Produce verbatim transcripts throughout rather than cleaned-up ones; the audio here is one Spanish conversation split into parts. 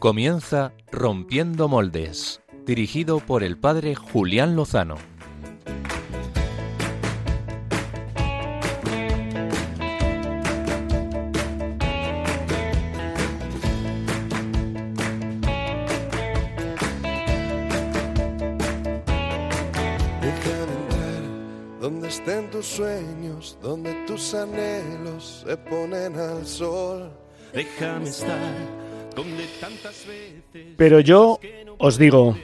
Comienza Rompiendo Moldes, dirigido por el padre Julián Lozano. Donde estén tus sueños, donde tus anhelos se ponen al sol. Déjame estar donde tantas veces. Pero yo os digo,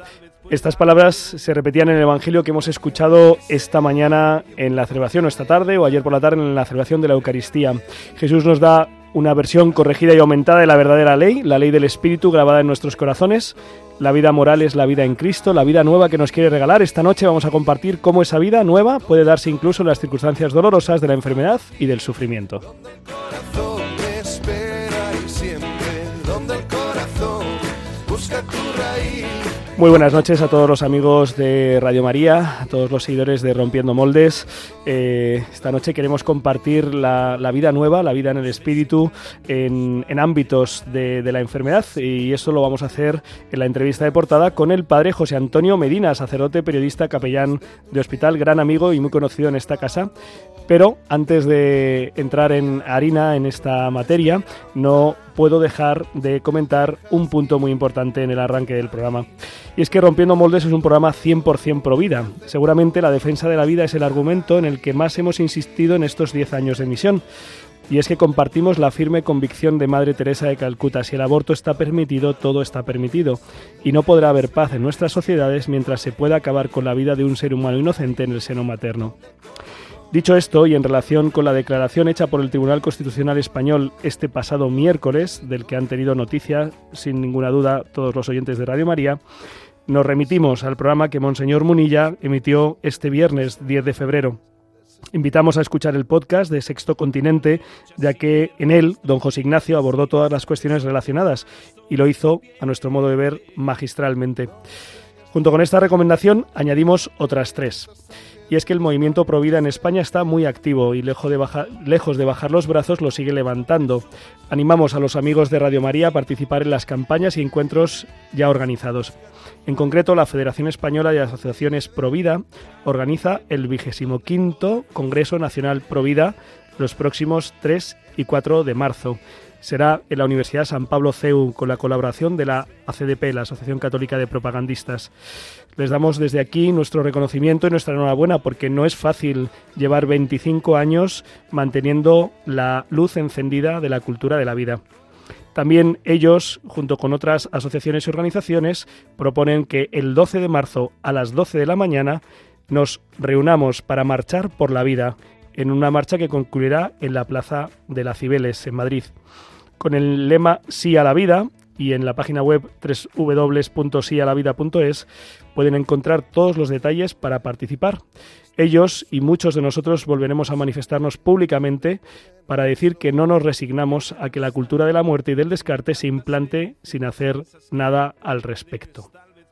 estas palabras se repetían en el Evangelio que hemos escuchado esta mañana en la celebración, o esta tarde, o ayer por la tarde en la celebración de la Eucaristía. Jesús nos da una versión corregida y aumentada de la verdadera ley, la ley del Espíritu grabada en nuestros corazones. La vida moral es la vida en Cristo, la vida nueva que nos quiere regalar. Esta noche vamos a compartir cómo esa vida nueva puede darse incluso en las circunstancias dolorosas de la enfermedad y del sufrimiento. Donde el corazón te espera y siempre, donde el corazón busca tu raíz. Muy buenas noches a todos los amigos de Radio María, a todos los seguidores de Rompiendo Moldes. Eh, esta noche queremos compartir la, la vida nueva, la vida en el espíritu, en, en ámbitos de, de la enfermedad, y eso lo vamos a hacer en la entrevista de portada con el padre José Antonio Medina, sacerdote, periodista, capellán de hospital, gran amigo y muy conocido en esta casa. Pero antes de entrar en harina en esta materia, no puedo dejar de comentar un punto muy importante en el arranque del programa. Y es que Rompiendo Moldes es un programa cien por ciento pro vida. Seguramente la defensa de la vida es el argumento en el que más hemos insistido en estos diez años de misión. Y es que compartimos la firme convicción de Madre Teresa de Calcuta: si el aborto está permitido, todo está permitido. Y no podrá haber paz en nuestras sociedades mientras se pueda acabar con la vida de un ser humano inocente en el seno materno. Dicho esto, y en relación con la declaración hecha por el Tribunal Constitucional Español este pasado miércoles, del que han tenido noticia, sin ninguna duda, todos los oyentes de Radio María, nos remitimos al programa que Monseñor Munilla emitió este viernes diez de febrero. Invitamos a escuchar el podcast de Sexto Continente, ya que en él don José Ignacio abordó todas las cuestiones relacionadas y lo hizo, a nuestro modo de ver, magistralmente. Junto con esta recomendación añadimos otras tres. Y es que el movimiento Provida en España está muy activo y lejos de, bajar, lejos de bajar los brazos lo sigue levantando. Animamos a los amigos de Radio María a participar en las campañas y encuentros ya organizados. En concreto, la Federación Española de Asociaciones Provida organiza el vigésimo quinto Congreso Nacional Provida los próximos tres y cuatro de marzo. Será en la Universidad San Pablo C E U con la colaboración de la A C D P, la Asociación Católica de Propagandistas. Les damos desde aquí nuestro reconocimiento y nuestra enhorabuena, porque no es fácil llevar veinticinco años manteniendo la luz encendida de la cultura de la vida. También ellos, junto con otras asociaciones y organizaciones, proponen que el doce de marzo a las doce de la mañana nos reunamos para marchar por la vida, en una marcha que concluirá en la Plaza de las Cibeles, en Madrid, con el lema Sí a la vida, y en la página web doble u doble u doble u punto sí a la vida punto es pueden encontrar todos los detalles para participar. Ellos y muchos de nosotros volveremos a manifestarnos públicamente para decir que no nos resignamos a que la cultura de la muerte y del descarte se implante sin hacer nada al respecto.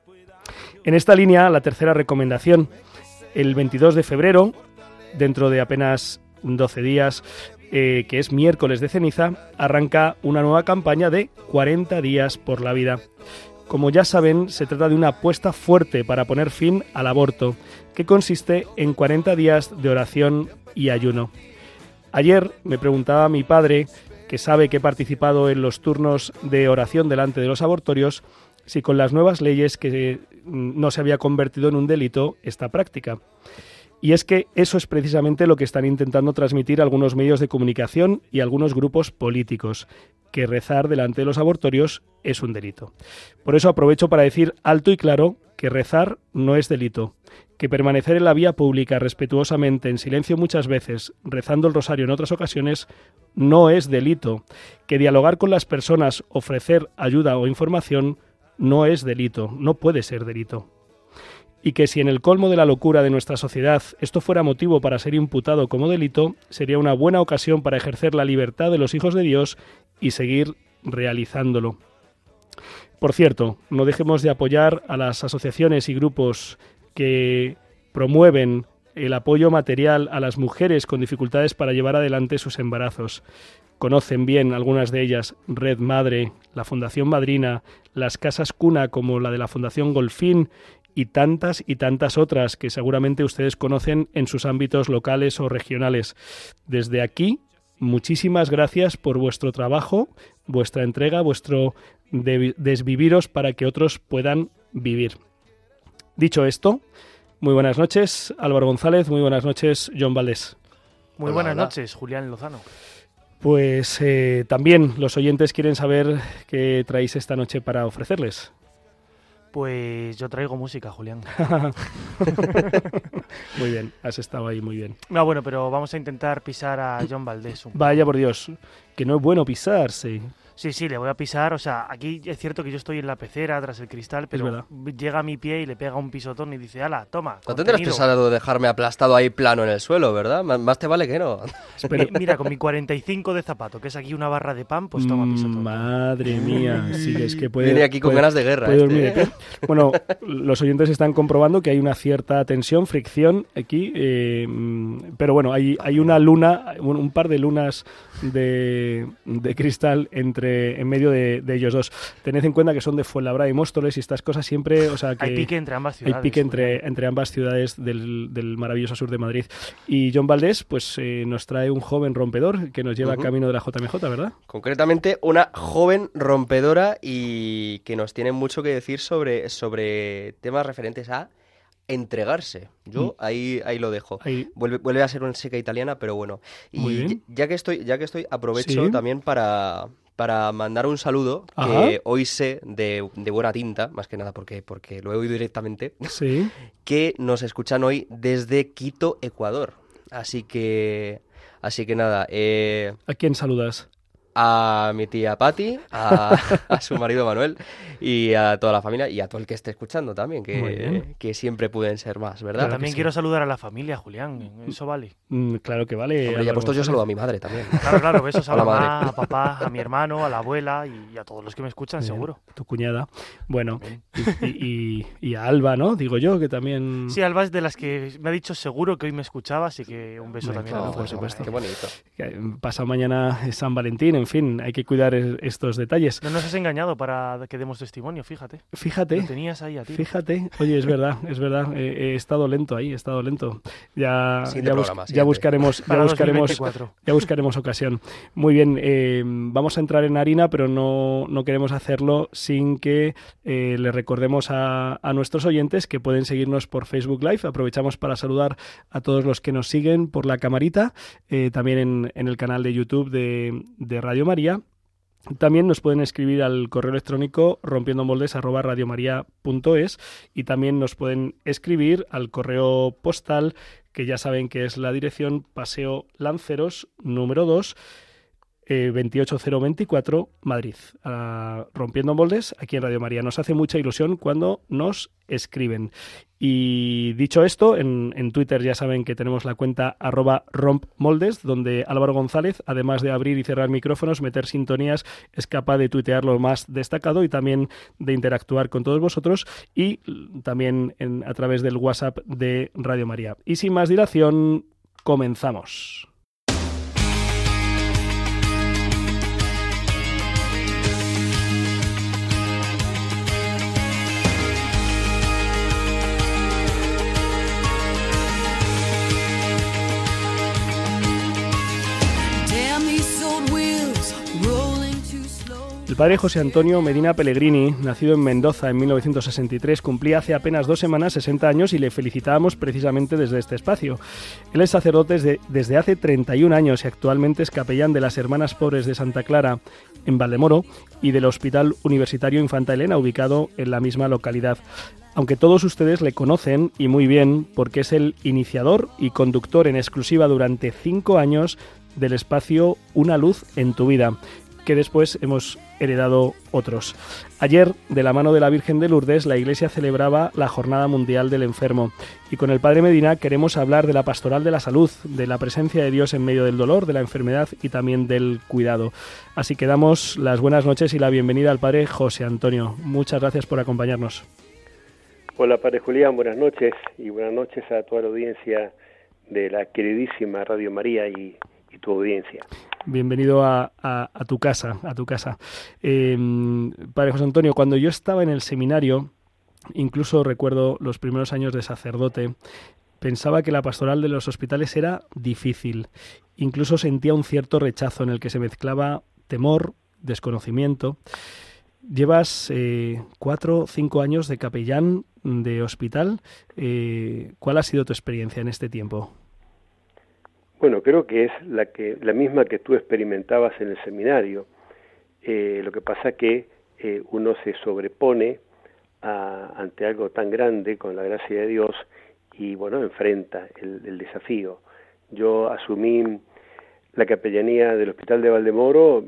En esta línea, la tercera recomendación: el veintidós de febrero, dentro de apenas doce días, eh, que es miércoles de ceniza, arranca una nueva campaña de cuarenta días por la vida. Como ya saben, se trata de una apuesta fuerte para poner fin al aborto, que consiste en cuarenta días de oración y ayuno. Ayer me preguntaba mi padre, que sabe que he participado en los turnos de oración delante de los abortorios, si con las nuevas leyes que no se había convertido en un delito esta práctica. Y es que eso es precisamente lo que están intentando transmitir algunos medios de comunicación y algunos grupos políticos, que rezar delante de los abortorios es un delito. Por eso aprovecho para decir alto y claro que rezar no es delito, que permanecer en la vía pública respetuosamente, en silencio muchas veces, rezando el rosario en otras ocasiones, no es delito, que dialogar con las personas, ofrecer ayuda o información, no es delito, no puede ser delito. Y que si en el colmo de la locura de nuestra sociedad esto fuera motivo para ser imputado como delito, sería una buena ocasión para ejercer la libertad de los hijos de Dios y seguir realizándolo. Por cierto, no dejemos de apoyar a las asociaciones y grupos que promueven el apoyo material a las mujeres con dificultades para llevar adelante sus embarazos. Conocen bien algunas de ellas: Red Madre, la Fundación Madrina, las casas cuna como la de la Fundación Golfín y tantas y tantas otras que seguramente ustedes conocen en sus ámbitos locales o regionales. Desde aquí, muchísimas gracias por vuestro trabajo, vuestra entrega, vuestro de- desviviros para que otros puedan vivir. Dicho esto, muy buenas noches, Álvaro González, muy buenas noches, John Valdés. Muy Hola, buenas hola. noches, Julián Lozano. Pues eh, también los oyentes quieren saber qué traéis esta noche para ofrecerles. Pues yo traigo música, Julián. Muy bien, has estado ahí muy bien. No, bueno, pero vamos a intentar pisar a John Valdés. un- Vaya por Dios, que no es bueno pisarse. Sí, sí, le voy a pisar. O sea, aquí es cierto que yo estoy en la pecera, tras el cristal, pero verdad. llega a mi pie y le pega un pisotón y dice, ala, toma, No tendrás contenido". pensado dejarme aplastado ahí plano en el suelo, ¿verdad? M- Más te vale que no. Espero- Mi- Mira, con mi cuarenta y cinco de zapato, que es aquí una barra de pan, pues toma pisotón. Madre mía, sí, es que puede... Viene aquí con puede- ganas de guerra. puede este, dormir de ¿eh? pie. Bueno, los oyentes están comprobando que hay una cierta tensión, fricción aquí, eh, mm, pero bueno, hay, hay una luna, un, un par de lunas de, de cristal entre en medio de, de ellos dos. Tened en cuenta que son de Fuenlabrada y Móstoles y estas cosas siempre, o sea que Hay pique entre ambas hay ciudades. pique entre, Julián. entre ambas ciudades del, del maravilloso sur de Madrid. Y John Valdés, pues eh, nos trae un joven rompedor que nos lleva Ujú. camino de la J M J, ¿verdad? Concretamente, una joven rompedora y que nos tiene mucho que decir sobre, sobre temas referentes a entregarse. Yo ahí, ahí lo dejo. Ahí, Vuelve, vuelve a ser una seca italiana, pero bueno. Y Muy bien. ya que estoy, ya que estoy, aprovecho Sí. también para, para mandar un saludo Ajá. que hoy sé de, de buena tinta, más que nada porque, porque lo he oído directamente, sí. que nos escuchan hoy desde Quito, Ecuador. Así que, así que nada, eh, ¿A quién saludas? a mi tía Patti, a, a su marido Manuel y a toda la familia y a todo el que esté escuchando también, Muy que, bien. que siempre pueden ser más, Yo ¿verdad? Claro que también sí. quiero saludar a la familia, Julián. Eso vale. Mm, claro que vale. Hombre, ya Álvaro puesto yo González. saludo a mi madre también. Claro, claro, besos a Hola, mamá, madre. a papá, a mi hermano, a la abuela y a todos los que me escuchan, Bien. seguro. Tu cuñada. Bueno, Bien. y, y- y a Alba, ¿no? Digo yo, que también... Sí, Alba es de las que me ha dicho seguro que hoy me escuchaba, así que un beso Bueno, también claro, a por todos. supuesto. Qué bonito. que Pasado mañana es San Valentín, en fin, hay que cuidar es- estos detalles. No nos has engañado para que demos testimonio, fíjate. Lo Fíjate, tenías ahí a ti. fíjate. Oye, es verdad, es verdad. He, he estado lento ahí, he estado lento. Ya, Siguiente ya, bus- programa, ya siguiente. buscaremos, ya Para buscaremos, dos mil veinticuatro. ya buscaremos ocasión. Muy bien, eh, vamos a entrar en harina, pero no, no queremos hacerlo sin que eh, le recordemos a, a nuestros oyentes que pueden seguirnos por Facebook Live. Aprovechamos para saludar a todos los que nos siguen por la camarita, eh, también en, en el canal de YouTube de, de Radio María. También nos pueden escribir al correo electrónico rompiendomoldes arroba radiomaria punto es y también nos pueden escribir al correo postal, que ya saben que es la dirección Paseo Lanceros número dos, eh, veintiocho mil veinticuatro, Madrid. A Rompiendo Moldes, aquí en Radio María. Nos hace mucha ilusión cuando nos escriben. Y dicho esto, en, en Twitter ya saben que tenemos la cuenta arroba rompmoldes, donde Álvaro González, además de abrir y cerrar micrófonos, meter sintonías, es capaz de tuitear lo más destacado y también de interactuar con todos vosotros y también en, a través del WhatsApp de Radio María. Y sin más dilación, comenzamos. El padre José Antonio Medina Pellegrini, nacido en Mendoza en mil novecientos sesenta y tres, cumplía hace apenas dos semanas sesenta años y le felicitábamos precisamente desde este espacio. Él es sacerdote desde, desde hace treinta y un años y actualmente es capellán de las Hermanas Pobres de Santa Clara en Valdemoro y del Hospital Universitario Infanta Elena, ubicado en la misma localidad. Aunque todos ustedes le conocen y muy bien porque es el iniciador y conductor en exclusiva durante cinco años del espacio Una Luz en tu Vida, que después hemos heredado otros. Ayer, de la mano de la Virgen de Lourdes, la Iglesia celebraba la Jornada Mundial del Enfermo. Y con el Padre Medina queremos hablar de la pastoral de la salud, de la presencia de Dios en medio del dolor, de la enfermedad y también del cuidado. Así que damos las buenas noches y la bienvenida al Padre José Antonio. Muchas gracias por acompañarnos. Hola, Padre Julián, buenas noches y buenas noches a toda la audiencia de la queridísima Radio María y, y tu audiencia. Bienvenido a, a, a tu casa, a tu casa. Eh, Padre José Antonio, cuando yo estaba en el seminario, incluso recuerdo los primeros años de sacerdote, pensaba que la pastoral de los hospitales era difícil. Incluso sentía un cierto rechazo en el que se mezclaba temor, desconocimiento. Llevas eh, cuatro o cinco años de capellán de hospital. Eh, ¿Cuál ha sido tu experiencia en este tiempo? Bueno, creo que es la que la misma que tú experimentabas en el seminario. Eh, lo que pasa que eh, uno se sobrepone a, ante algo tan grande con la gracia de Dios y, bueno, enfrenta el, el desafío. Yo asumí la capellanía del Hospital de Valdemoro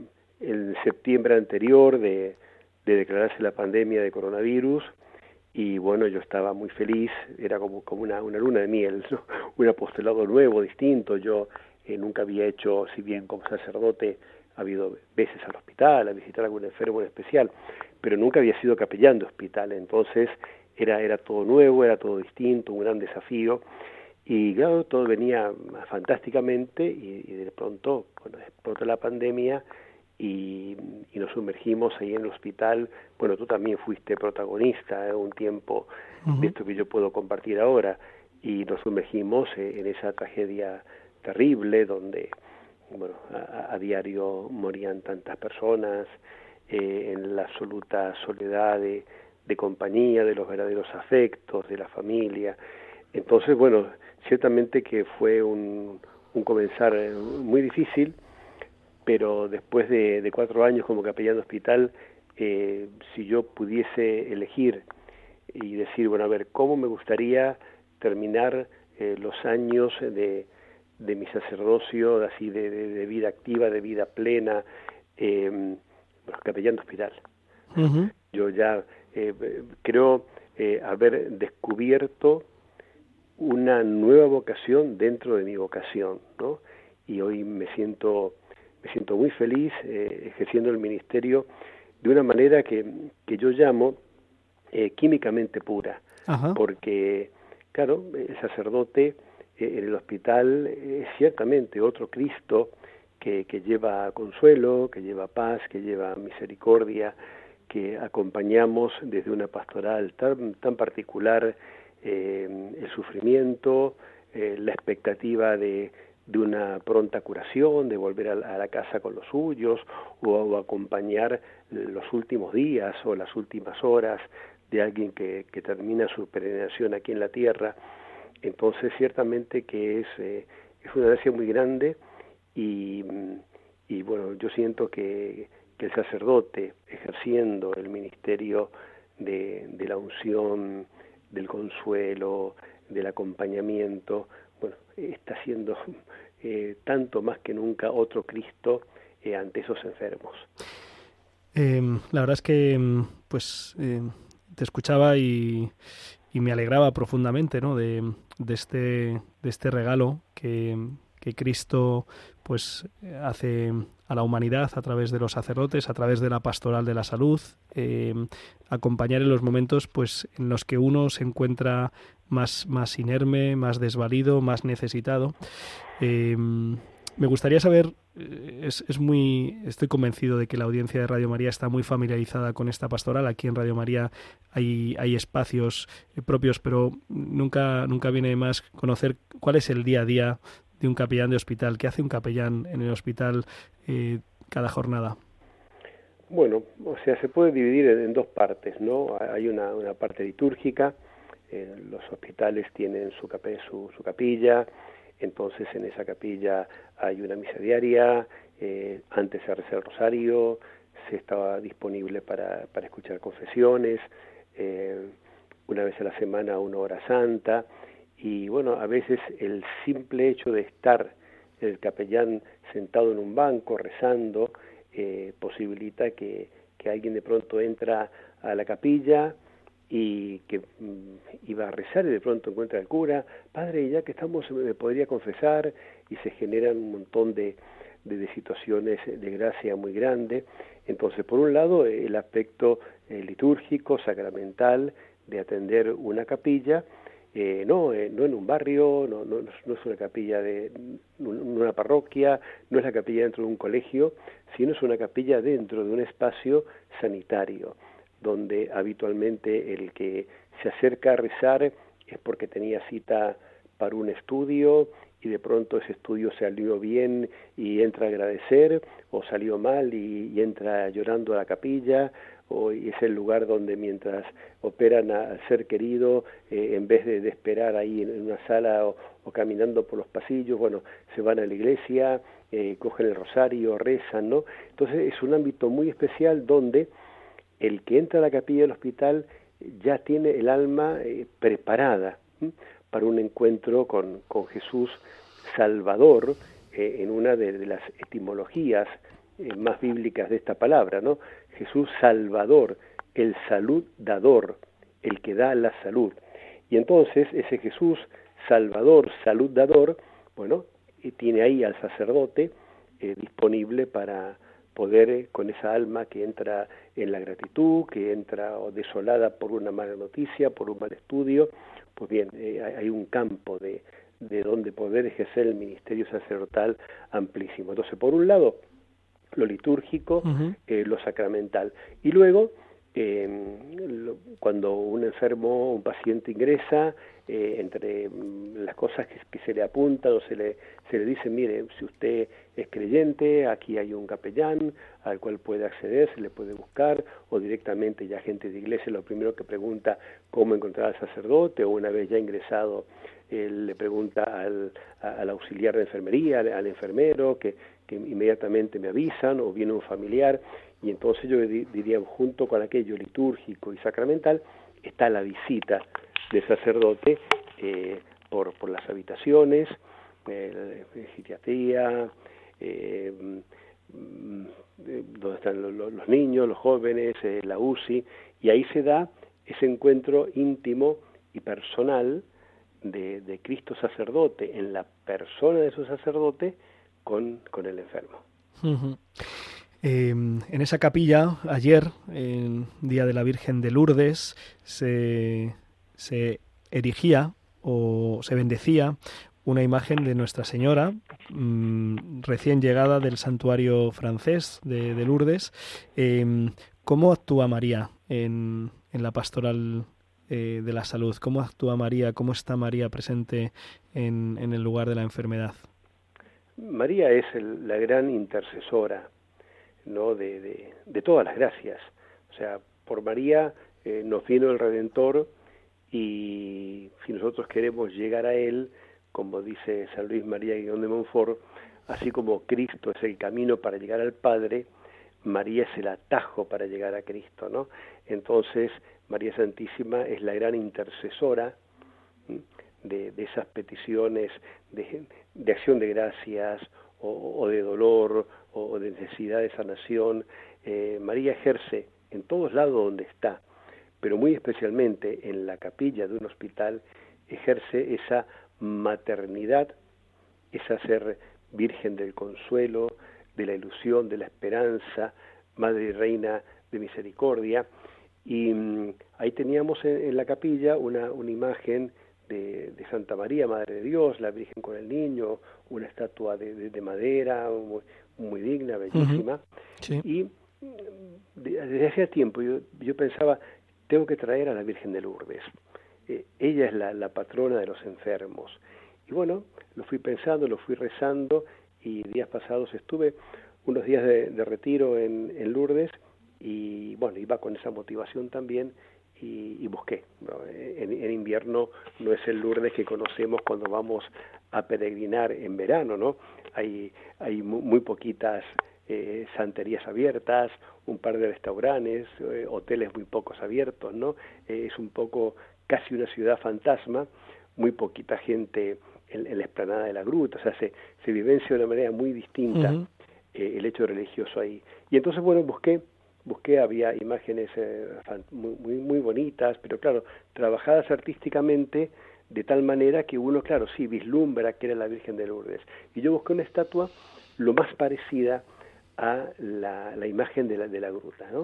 en septiembre anterior de, de declararse la pandemia de coronavirus y bueno, yo estaba muy feliz, era como, como una, una luna de miel, ¿no? Un apostolado nuevo, distinto. Yo eh, nunca había hecho, si bien como sacerdote, ha habido veces al hospital, a visitar a algún enfermo en especial, pero nunca había sido capellán de hospital, entonces era, era todo nuevo, era todo distinto, un gran desafío. Y claro, todo venía fantásticamente y, y de pronto, bueno, explotó la pandemia y, y nos sumergimos ahí en el hospital. Bueno, tú también fuiste protagonista de ¿eh? un tiempo uh-huh. de esto que yo puedo compartir ahora, y nos sumergimos eh, en esa tragedia terrible donde, bueno, a, a diario morían tantas personas, eh, en la absoluta soledad de, de compañía, de los verdaderos afectos, de la familia. Entonces, bueno, ciertamente que fue un, un comenzar muy difícil, pero después de, de cuatro años como capellán de hospital, eh, si yo pudiese elegir y decir, bueno, a ver, ¿cómo me gustaría terminar eh, los años de, de mi sacerdocio, así de, de, de vida activa, de vida plena, eh, bueno, capellán de hospital? Uh-huh. Yo ya eh, creo eh, haber descubierto una nueva vocación dentro de mi vocación, ¿no? Y hoy me siento me siento muy feliz eh, ejerciendo el ministerio de una manera que, que yo llamo eh, químicamente pura. Ajá. Porque, claro, el sacerdote eh, en el hospital es ciertamente otro Cristo que, que lleva consuelo, que lleva paz, que lleva misericordia, que acompañamos desde una pastoral tan, tan particular eh, el sufrimiento, eh, la expectativa de de una pronta curación, de volver a la, a la casa con los suyos, o, o acompañar los últimos días o las últimas horas de alguien que, que termina su peregrinación aquí en la tierra. Entonces, ciertamente que es, eh, es una gracia muy grande y, y bueno, yo siento que, que el sacerdote, ejerciendo el ministerio de, de la unción, del consuelo, del acompañamiento, bueno, está siendo eh, tanto más que nunca otro Cristo eh, ante esos enfermos. Eh, la verdad es que pues eh, te escuchaba y, y me alegraba profundamente, ¿no? de, de este de este regalo que, que Cristo pues hace a la humanidad a través de los sacerdotes, a través de la pastoral de la salud, eh, acompañar en los momentos pues en los que uno se encuentra más, más inerme, más desvalido, más necesitado. Eh, me gustaría saber, es, es muy, estoy convencido de que la audiencia de Radio María está muy familiarizada con esta pastoral. Aquí en Radio María hay, hay espacios propios, pero nunca, nunca viene de más conocer cuál es el día a día de un capellán de hospital. ¿Qué hace un capellán en el hospital eh, cada jornada? Bueno, o sea, se puede dividir en, en dos partes, ¿no? Hay una, una parte litúrgica. Eh, los hospitales tienen su, cap- su, su capilla, entonces en esa capilla hay una misa diaria, eh, antes se reza el rosario, se estaba disponible para, para escuchar confesiones, eh, una vez a la semana una hora santa, y bueno, a veces el simple hecho de estar el capellán sentado en un banco rezando eh, posibilita que, que alguien de pronto entra a la capilla y que mm, iba a rezar y de pronto encuentra al cura, padre, ya que estamos, me podría confesar, y se generan un montón de, de, de situaciones de gracia muy grande. Entonces, por un lado, el aspecto eh, litúrgico, sacramental, de atender una capilla, eh, no, eh, no en un barrio, no, no, no es una capilla de una parroquia, no es la capilla dentro de un colegio, sino es una capilla dentro de un espacio sanitario, donde habitualmente el que se acerca a rezar es porque tenía cita para un estudio y de pronto ese estudio salió bien y entra a agradecer, o salió mal y, y entra llorando a la capilla, o y es el lugar donde mientras operan al ser querido, eh, en vez de, de esperar ahí en, en una sala o, o caminando por los pasillos, bueno, se van a la iglesia, eh, cogen el rosario, rezan, ¿no? Entonces es un ámbito muy especial donde el que entra a la capilla del hospital ya tiene el alma eh, preparada ¿sí? para un encuentro con, con Jesús Salvador, eh, en una de, de las etimologías eh, más bíblicas de esta palabra, ¿no? Jesús Salvador, el salud dador, el que da la salud. Y entonces ese Jesús Salvador, salud dador, bueno, eh, tiene ahí al sacerdote eh, disponible para poder, eh, con esa alma que entra en la gratitud, que entra desolada por una mala noticia, por un mal estudio, pues bien, eh, hay un campo de, de donde poder ejercer el ministerio sacerdotal amplísimo. Entonces, por un lado, lo litúrgico, uh-huh. eh, lo sacramental, y luego, eh, lo, cuando un enfermo, un paciente ingresa, eh, entre las cosas que, que se le apuntan o se le, se le dice, mire, si usted es creyente, aquí hay un capellán al cual puede acceder, se le puede buscar, o directamente ya gente de iglesia lo primero que pregunta cómo encontrar al sacerdote, o una vez ya ingresado, eh, le pregunta al, al auxiliar de enfermería, al, al enfermero, que, que inmediatamente me avisan, o viene un familiar, y entonces yo diría, junto con aquello litúrgico y sacramental, está la visita del sacerdote eh, por, por las habitaciones, eh, psiquiatría, eh, donde están los, los niños, los jóvenes, eh, la U C I, y ahí se da ese encuentro íntimo y personal de, de Cristo sacerdote, en la persona de su sacerdote, con, con el enfermo. Uh-huh. Eh, en esa capilla, ayer, en Día de la Virgen de Lourdes, se, se erigía o se bendecía una imagen de Nuestra Señora, mmm, recién llegada del santuario francés de, de Lourdes. Eh, ¿Cómo actúa María en, en la pastoral eh, de la salud? ¿Cómo actúa María? ¿Cómo está María presente en, en el lugar de la enfermedad? María es el, la gran intercesora, ¿no? de, de, de todas las gracias. O sea, por María eh, nos vino el Redentor, y si nosotros queremos llegar a Él, como dice San Luis María Guión de Montfort, así como Cristo es el camino para llegar al Padre, María es el atajo para llegar a Cristo, ¿no? Entonces, María Santísima es la gran intercesora de, de esas peticiones de, de acción de gracias, o, o de dolor, o de necesidad de sanación. Eh, María ejerce en todos lados donde está, pero muy especialmente en la capilla de un hospital, ejerce esa maternidad, esa ser Virgen del Consuelo, de la ilusión, de la esperanza, Madre y Reina de Misericordia. Y um, ahí teníamos en, en la capilla una, una imagen de, de Santa María, Madre de Dios, la Virgen con el Niño, una estatua de, de, de madera muy, muy digna, bellísima. Uh-huh. Sí. Y desde hace tiempo yo, yo pensaba, tengo que traer a la Virgen de Lourdes. Eh, ella es la, la patrona de los enfermos. Y bueno, lo fui pensando, lo fui rezando, y días pasados estuve unos días de, de retiro en, en Lourdes, y bueno, iba con esa motivación también, y, y busqué, ¿no? En, en invierno no es el Lourdes que conocemos cuando vamos a peregrinar en verano, ¿no? Hay, hay muy, muy poquitas eh, santerías abiertas, un par de restaurantes, eh, hoteles muy pocos abiertos, ¿no? Eh, es un poco casi una ciudad fantasma, muy poquita gente en, en la explanada de la gruta, o sea, se, se vivencia de una manera muy distinta uh-huh. eh, el hecho religioso ahí. Y entonces, bueno, busqué, busqué había imágenes eh, muy, muy, muy bonitas, pero claro, trabajadas artísticamente de tal manera que uno, claro, sí, vislumbra que era la Virgen de Lourdes. Y yo busqué una estatua lo más parecida a la, la imagen de la, de la gruta, ¿no?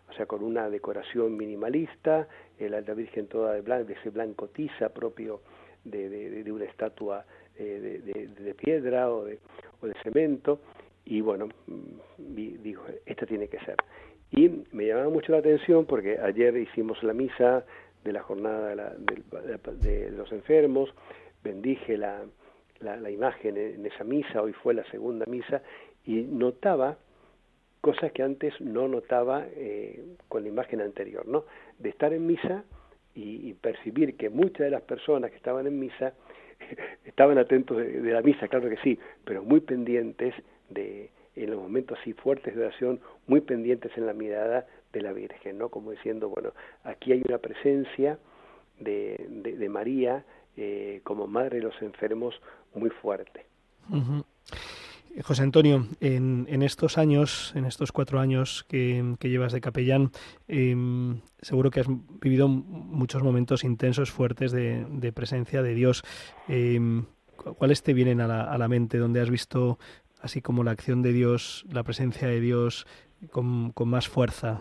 o sea, con una decoración minimalista, eh, la, la Virgen toda de, blanco, de ese blanco tiza propio de, de, de una estatua eh, de, de, de piedra o de, o de cemento, y bueno, vi, digo, esta tiene que ser. Y me llamaba mucho la atención porque ayer hicimos la misa de la jornada de, la, de, de los enfermos, bendije la, la, la imagen en esa misa, hoy fue la segunda misa, y notaba cosas que antes no notaba eh, con la imagen anterior, ¿no? De estar en misa y, y percibir que muchas de las personas que estaban en misa estaban atentos de, de la misa, claro que sí, pero muy pendientes de, en los momentos así fuertes de oración, muy pendientes en la mirada de la Virgen, ¿no? Como diciendo, bueno, aquí hay una presencia de, de, de María eh, como Madre de los enfermos muy fuerte. Uh-huh. José Antonio, en, en estos años, en estos cuatro años que, que llevas de capellán, eh, seguro que has vivido muchos momentos intensos, fuertes de, de presencia de Dios. Eh, ¿Cuáles te vienen a la, a la mente donde has visto así como la acción de Dios, la presencia de Dios con, con más fuerza?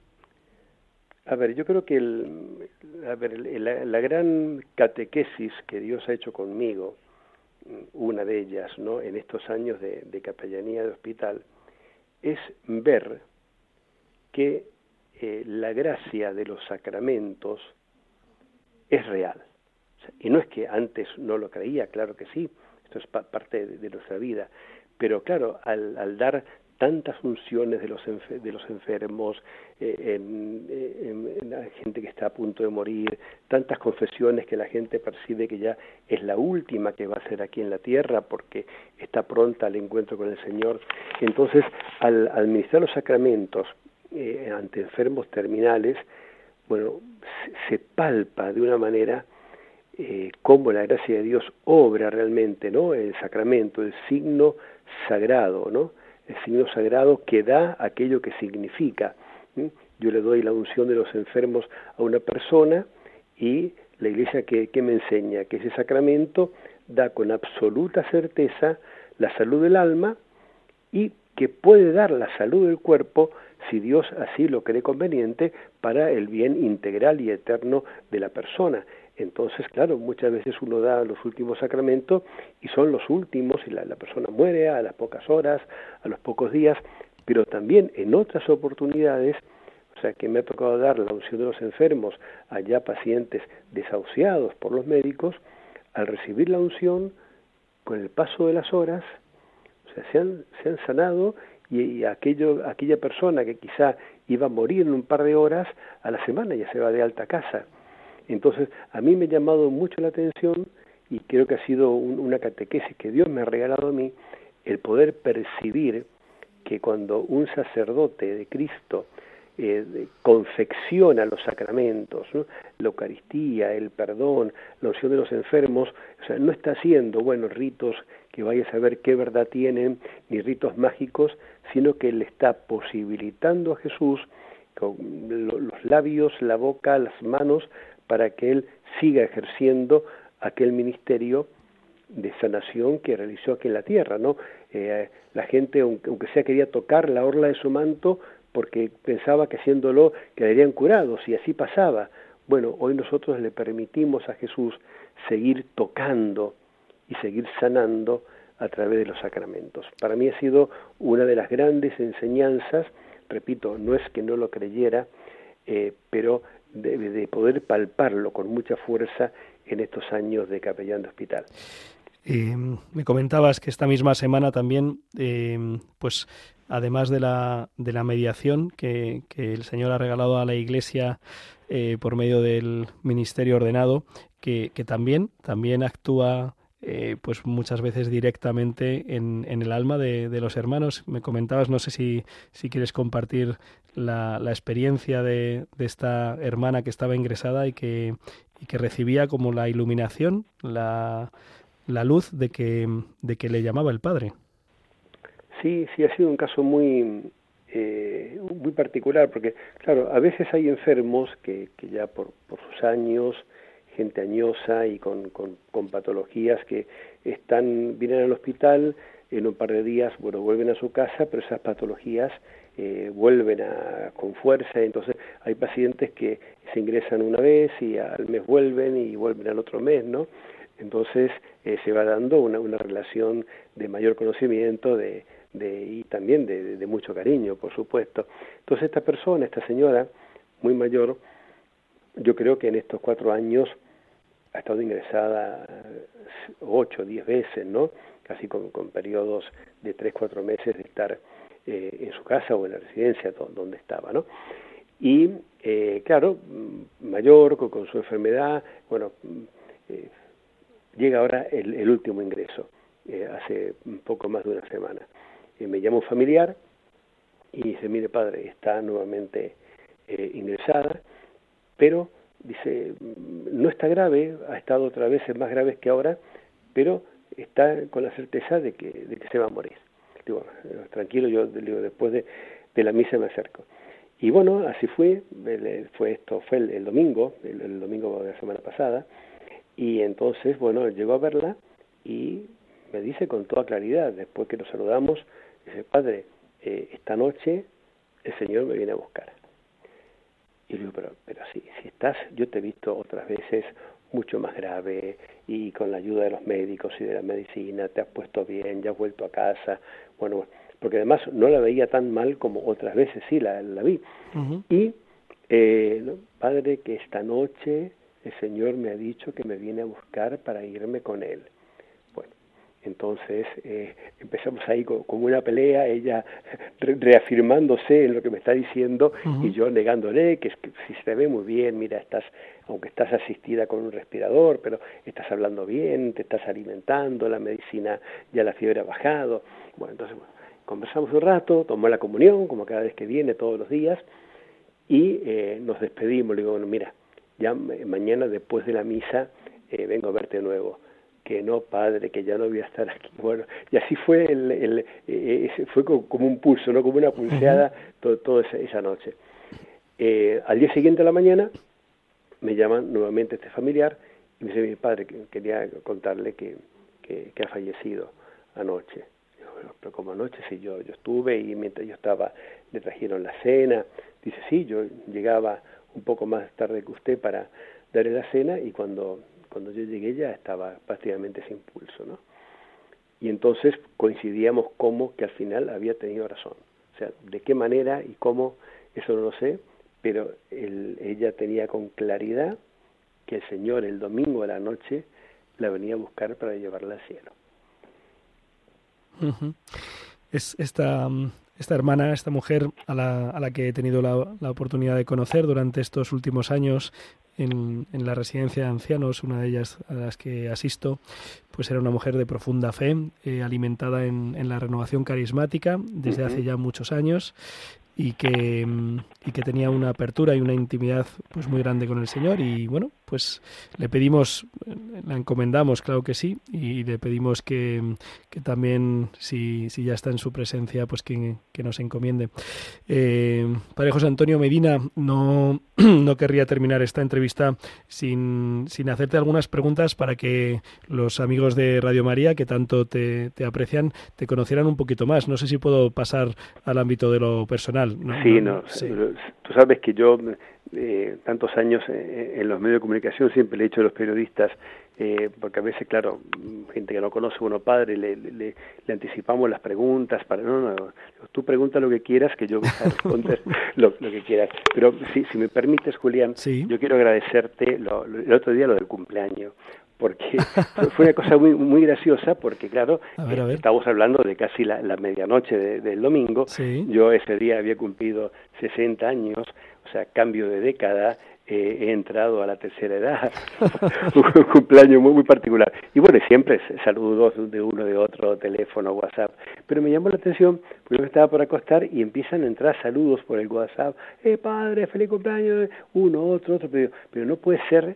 A ver, yo creo que el, a ver, la, la gran catequesis que Dios ha hecho conmigo, una de ellas, ¿no?, en estos años de, de capellanía de hospital, es ver que eh, la gracia de los sacramentos es real. O sea, y no es que antes no lo creía, claro que sí, esto es pa- parte de, de nuestra vida, pero claro, al, al dar tantas unciones de los enfer- de los enfermos, eh, en, en, en la gente que está a punto de morir, tantas confesiones que la gente percibe que ya es la última que va a ser aquí en la tierra porque está pronta al encuentro con el Señor. Entonces, al administrar los sacramentos eh, ante enfermos terminales, bueno, se, se palpa de una manera eh, cómo la gracia de Dios obra realmente, ¿no? El sacramento, el signo sagrado, ¿no? El signo sagrado que da aquello que significa. ¿sí? Yo le doy la unción de los enfermos a una persona y la Iglesia que, que me enseña que ese sacramento da con absoluta certeza la salud del alma y que puede dar la salud del cuerpo si Dios así lo cree conveniente para el bien integral y eterno de la persona. Entonces, claro, muchas veces uno da los últimos sacramentos y son los últimos y la, la persona muere a las pocas horas, a los pocos días, pero también en otras oportunidades, o sea, que me ha tocado dar la unción de los enfermos a ya pacientes desahuciados por los médicos, al recibir la unción, con el paso de las horas, o sea, se han, se han sanado y, y aquello, aquella persona que quizá iba a morir en un par de horas, a la semana ya se va de alta casa. Entonces, a mí me ha llamado mucho la atención y creo que ha sido un, una catequesis que Dios me ha regalado a mí, el poder percibir que cuando un sacerdote de Cristo eh, confecciona los sacramentos, ¿no?, la Eucaristía, el perdón, la unción de los enfermos, o sea, no está haciendo, bueno, ritos que vaya a saber qué verdad tienen, ni ritos mágicos, sino que le está posibilitando a Jesús con los labios, la boca, las manos, para que él siga ejerciendo aquel ministerio de sanación que realizó aquí en la tierra, ¿no? Eh, la gente, aunque sea, quería tocar la orla de su manto porque pensaba que haciéndolo quedarían curados, y así pasaba. Bueno, hoy nosotros le permitimos a Jesús seguir tocando y seguir sanando a través de los sacramentos. Para mí ha sido una de las grandes enseñanzas, repito, no es que no lo creyera, eh, pero de, de poder palparlo con mucha fuerza en estos años de capellán de hospital. Eh, me comentabas que esta misma semana también, eh, pues además de la, de la mediación que, que el Señor ha regalado a la Iglesia eh, por medio del ministerio ordenado, que, que también, también actúa eh, pues muchas veces directamente en, en el alma de, de los hermanos. Me comentabas, no sé si, si quieres compartir la, la experiencia de, de esta hermana que estaba ingresada y que, y que recibía como la iluminación, la, la luz de que, de que le llamaba el Padre. Sí, sí, ha sido un caso muy eh, muy particular, porque, claro, a veces hay enfermos que, que ya por, por sus años, gente añosa y con, con, con patologías que están vienen al hospital, en un par de días, bueno, vuelven a su casa, pero esas patologías eh, vuelven a, con fuerza. Entonces hay pacientes que se ingresan una vez y al mes vuelven y vuelven al otro mes, ¿no? Entonces eh, se va dando una, una relación de mayor conocimiento de, de, y también de, de, de mucho cariño, por supuesto. Entonces esta persona, esta señora muy mayor, yo creo que en estos cuatro años ha estado ingresada ocho o diez veces, ¿no? Casi con, con periodos de tres, cuatro meses de estar eh, en su casa o en la residencia donde estaba, ¿no? Y, eh, claro, mayor, con, con su enfermedad, bueno, eh, llega ahora el, el último ingreso, eh, hace un poco más de una semana. Eh, me llama un familiar y dice, mire padre, está nuevamente eh, ingresada, pero, dice, no está grave, ha estado otras veces más graves que ahora, pero está con la certeza de que, de que se va a morir. Digo, tranquilo, yo digo, después de, de la misa me acerco. Y bueno, así fue, fue esto fue el, el domingo, el, el domingo de la semana pasada, y entonces, bueno, llegó a verla y me dice con toda claridad, después que nos saludamos, dice, padre, eh, esta noche el Señor me viene a buscar. Y le digo, pero, pero si, si estás, yo te he visto otras veces mucho más grave y con la ayuda de los médicos y de la medicina te has puesto bien, ya has vuelto a casa, bueno, porque además no la veía tan mal como otras veces sí la, la vi. Uh-huh. Y, eh, ¿no? Padre, que esta noche el Señor me ha dicho que me viene a buscar para irme con Él. Bueno, entonces eh, empezamos ahí con, como una pelea, ella re- reafirmándose en lo que me está diciendo uh-huh. y yo negándole que, es que si se ve muy bien, mira, estás, aunque estás asistida con un respirador, pero estás hablando bien, te estás alimentando, la medicina, ya la fiebre ha bajado. Bueno, entonces bueno, conversamos un rato, tomó la comunión, como cada vez que viene, todos los días, y eh, nos despedimos. Le digo, bueno, mira, ya mañana después de la misa eh, vengo a verte de nuevo. Que no, padre, que ya no voy a estar aquí. Bueno, y así fue, el, el, eh, fue como, como un pulso, ¿no? Como una pulseada toda todo esa, esa noche. Eh, al día siguiente a la mañana me llaman nuevamente este familiar y me dice, mi padre, que quería contarle que, que, que ha fallecido anoche. Digo, bueno, pero como anoche, si yo, yo estuve y mientras yo estaba le trajeron la cena. Dice, sí, yo llegaba un poco más tarde que usted para darle la cena y cuando, cuando yo llegué ya estaba prácticamente sin pulso, ¿no? Y entonces coincidíamos como que al final había tenido razón. O sea, de qué manera y cómo, eso no lo sé, pero él, ella tenía con claridad que el Señor el domingo a la noche la venía a buscar para llevarla al cielo. Uh-huh. Es esta... Um... Esta hermana, esta mujer a la, a la que he tenido la, la oportunidad de conocer durante estos últimos años en, en la residencia de ancianos, una de ellas a las que asisto, pues era una mujer de profunda fe, eh, alimentada en, en la renovación carismática desde uh-huh. hace ya muchos años y que, y que tenía una apertura y una intimidad pues muy grande con el Señor y bueno, pues le pedimos, la encomendamos, claro que sí, y le pedimos que, que también, si, si ya está en su presencia, pues que, que nos encomiende. Eh, Padre José Antonio Medina, no, no querría terminar esta entrevista sin, sin hacerte algunas preguntas para que los amigos de Radio María, que tanto te, te aprecian, te conocieran un poquito más. No sé si puedo pasar al ámbito de lo personal. ¿No? Sí, no, sí. Tú sabes que yo... Eh, tantos años eh, en los medios de comunicación siempre le he dicho a los periodistas, eh, porque a veces, claro, gente que no conoce a uno padre, le, le, le anticipamos las preguntas, para no, no, tú pregunta lo que quieras, que yo voy a responder lo, lo que quieras. Pero si, si me permites, Julián, sí. Yo quiero agradecerte lo, lo, el otro día lo del cumpleaños, porque fue una cosa muy muy graciosa, porque claro, a ver, a ver. Estamos hablando de casi la, la medianoche de, del domingo, sí. Yo ese día había cumplido sesenta años, o sea, cambio de década, eh, he entrado a la tercera edad, un cumpleaños muy muy particular. Y bueno, siempre saludos de uno, de otro, teléfono, WhatsApp. Pero me llamó la atención, porque yo estaba por acostar y empiezan a entrar saludos por el WhatsApp. Eh, padre, feliz cumpleaños, uno, otro, otro. Pero, pero no puede ser que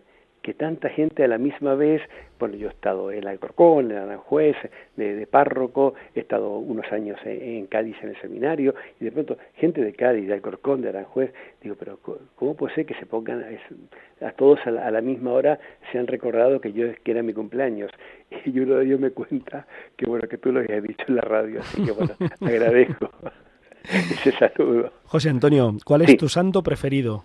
que tanta gente a la misma vez, bueno, yo he estado en Alcorcón, en Aranjuez, de, de párroco, he estado unos años en, en Cádiz en el seminario, y de pronto gente de Cádiz, de Alcorcón, de Aranjuez, digo, pero ¿cómo puede ser que se pongan a, a todos a la, a la misma hora, se han recordado que yo que era mi cumpleaños? Y uno de ellos me cuenta que bueno, que tú lo habías dicho en la radio, así que bueno, agradezco ese saludo. José Antonio, ¿cuál es Sí. tu santo preferido?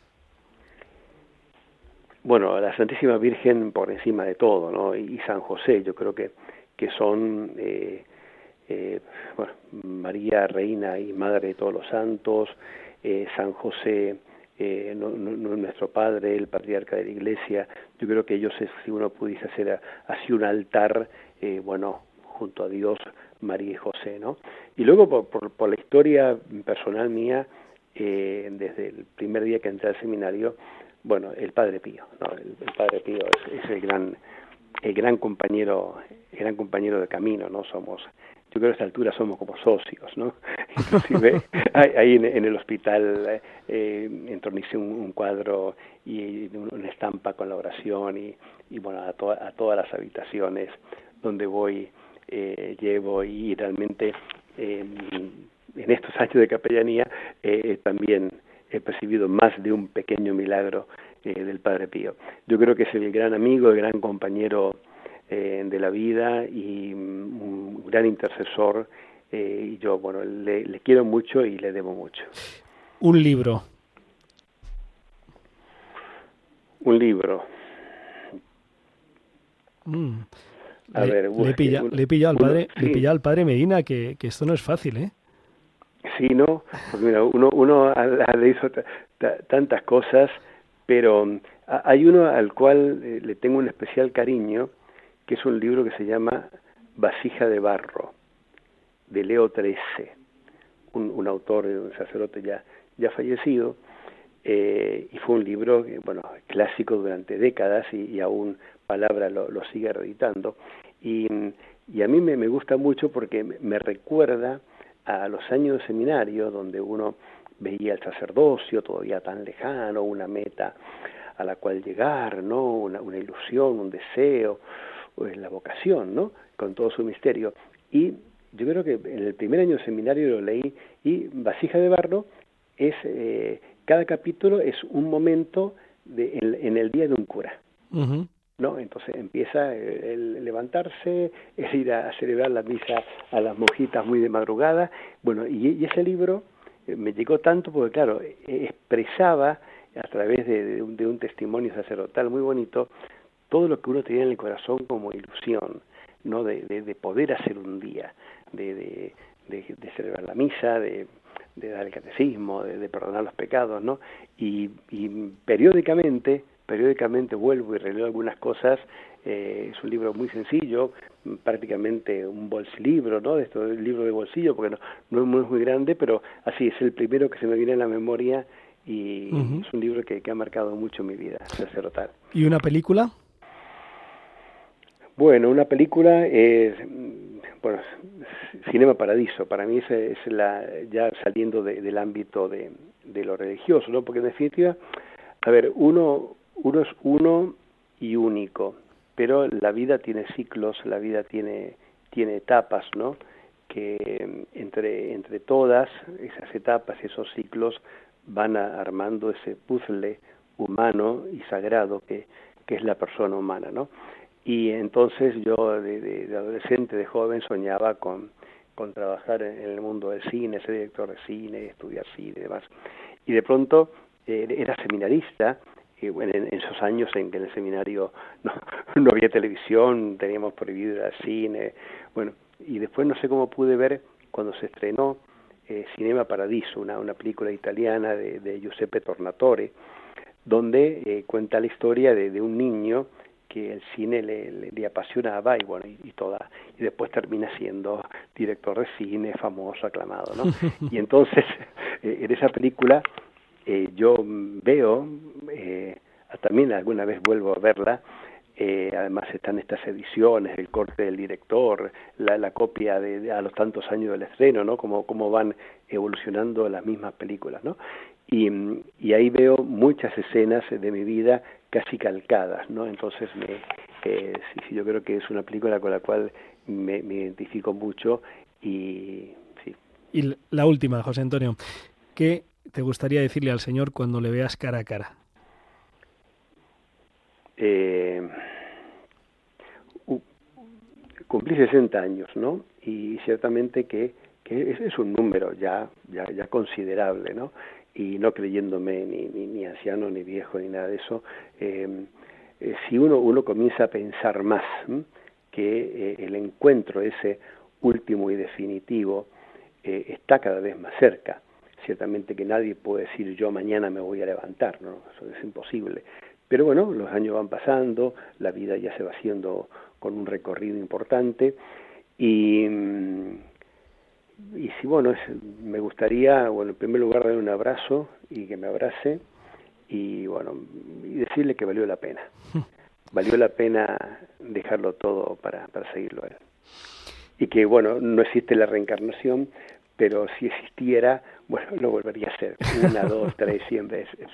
Bueno, la Santísima Virgen por encima de todo, ¿no? Y San José, yo creo que, que son eh, eh, bueno, María, Reina y Madre de todos los santos, eh, San José, eh, no, no, no, nuestro Padre, el Patriarca de la Iglesia. Yo creo que ellos, si uno pudiese hacer así un altar, eh, bueno, junto a Dios, María y José, ¿no? Y luego por, por, por la historia personal mía, eh, desde el primer día que entré al seminario, bueno, el Padre Pío, ¿no? El, el Padre Pío es, es el gran, el gran compañero, el gran compañero de camino, ¿no? Somos, yo creo que a esta altura somos como socios, ¿no? Inclusive ahí en, en el hospital eh, entornicé un, un cuadro y una estampa con la oración y, y bueno, a, to, a todas las habitaciones donde voy eh, llevo y realmente eh, en estos años de capellanía eh, también he percibido más de un pequeño milagro eh, del Padre Pío. Yo creo que es el gran amigo, el gran compañero eh, de la vida y un gran intercesor, eh, y yo, bueno, le, le quiero mucho y le debo mucho. Un libro. Un libro. Mm. A le, ver, le, he pillado, le he pillado al padre, uno, le he sí. pillado al padre Medina, que, que esto no es fácil, ¿eh? Sí, ¿no? Porque mira, uno, uno ha, ha leído t- t- tantas cosas, pero um, hay uno al cual eh, le tengo un especial cariño, que es un libro que se llama Vasija de Barro, de Leo trece, un, un autor, un sacerdote ya, ya fallecido, eh, y fue un libro, que, bueno, clásico durante décadas y, y aún Palabra lo, lo sigue reeditando, y, y a mí me, me gusta mucho porque me recuerda a los años de seminario, donde uno veía el sacerdocio todavía tan lejano, una meta a la cual llegar, ¿no? Una, una ilusión, un deseo, la vocación, ¿no? Con todo su misterio. Y yo creo que en el primer año de seminario lo leí, y Vasija de Barro es, eh, cada capítulo es un momento de, en, en el día de un cura. Uh-huh. ¿No? Entonces empieza el, el levantarse, el ir a celebrar la misa a las monjitas muy de madrugada. Bueno, y, y ese libro me llegó tanto porque, claro, expresaba a través de, de, un, de un testimonio sacerdotal muy bonito todo lo que uno tenía en el corazón como ilusión, ¿no? De, de, de poder hacer un día, de, de, de, de celebrar la misa, de, de dar el catecismo, de, de perdonar los pecados, ¿no? Y, y periódicamente... periódicamente vuelvo y releo algunas cosas. Eh, es un libro muy sencillo, prácticamente un bolsilibro, ¿no? Esto es un libro de bolsillo, porque no, no es muy, muy grande, pero así es el primero que se me viene a la memoria y uh-huh. es un libro que, que ha marcado mucho mi vida sacerdotal. ¿Y una película? Bueno, una película es, bueno, Cinema Paradiso. Para mí es, es la, ya saliendo de, del ámbito de, de lo religioso, ¿no? Porque en definitiva, a ver, uno... Uno es uno y único, pero la vida tiene ciclos, la vida tiene, tiene etapas, ¿no? Que entre, entre todas esas etapas, esos ciclos, van a, armando ese puzzle humano y sagrado que, que es la persona humana, ¿no? Y entonces yo de, de, de adolescente, de joven, soñaba con, con trabajar en el mundo del cine, ser director de cine, estudiar cine y demás. Y de pronto eh, era seminarista. En, en esos años en que en el seminario no, no había televisión, teníamos prohibido el cine, bueno, y después no sé cómo pude ver cuando se estrenó eh, Cinema Paradiso, una, una película italiana de, de Giuseppe Tornatore, donde eh, cuenta la historia de, de un niño que el cine le, le, le apasionaba y bueno, y, y toda, y después termina siendo director de cine, famoso, aclamado, ¿no? Y entonces, eh, en esa película Eh, yo veo, eh, también alguna vez vuelvo a verla, eh, además están estas ediciones, el corte del director, la, la copia de, de a los tantos años del estreno, ¿no? Cómo, cómo van evolucionando las mismas películas, ¿no? Y, y ahí veo muchas escenas de mi vida casi calcadas, ¿no? Entonces me, eh, sí, sí, yo creo que es una película con la cual me, me identifico mucho y sí. Y la última, José Antonio, ¿qué te gustaría decirle al Señor cuando le veas cara a cara? Eh, uh, cumplí sesenta años, ¿no? Y ciertamente que, que es, es un número ya, ya, ya considerable, ¿no? Y no creyéndome ni, ni, ni anciano, ni viejo, ni nada de eso, eh, eh, si uno, uno comienza a pensar más ¿m? que eh, el encuentro ese último y definitivo eh, está cada vez más cerca. Ciertamente que nadie puede decir yo mañana me voy a levantar, ¿no? Eso es imposible. Pero bueno, los años van pasando, la vida ya se va haciendo con un recorrido importante y, y sí, bueno, es, me gustaría, bueno, en primer lugar darle un abrazo y que me abrace y bueno, y decirle que valió la pena. Valió la pena dejarlo todo para, para seguirlo a él. Y que bueno, no existe la reencarnación, pero si existiera, bueno, lo volvería a hacer una, dos, tres, cien veces.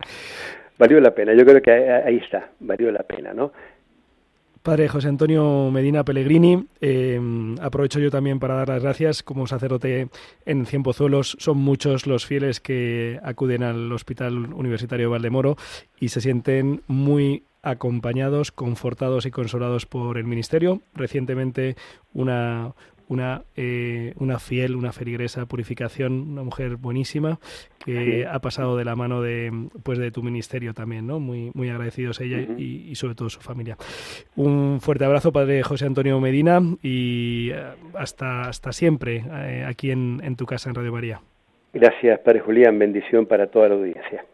Valió la pena, yo creo que ahí está, valió la pena, ¿no? Padre José Antonio Medina Pellegrini, eh, aprovecho yo también para dar las gracias. Como sacerdote en Cienpozuelos son muchos los fieles que acuden al Hospital Universitario de Valdemoro y se sienten muy acompañados, confortados y consolados por el ministerio. Recientemente una... Una, eh, una fiel, una feligresa Purificación, una mujer buenísima que sí. ha pasado de la mano de pues de tu ministerio también, ¿no? Muy, muy agradecidos ella uh-huh. y, y sobre todo su familia. Un fuerte abrazo, Padre José Antonio Medina, y hasta, hasta siempre eh, aquí en, en tu casa en Radio María. Gracias, Padre Julián, bendición para toda la audiencia.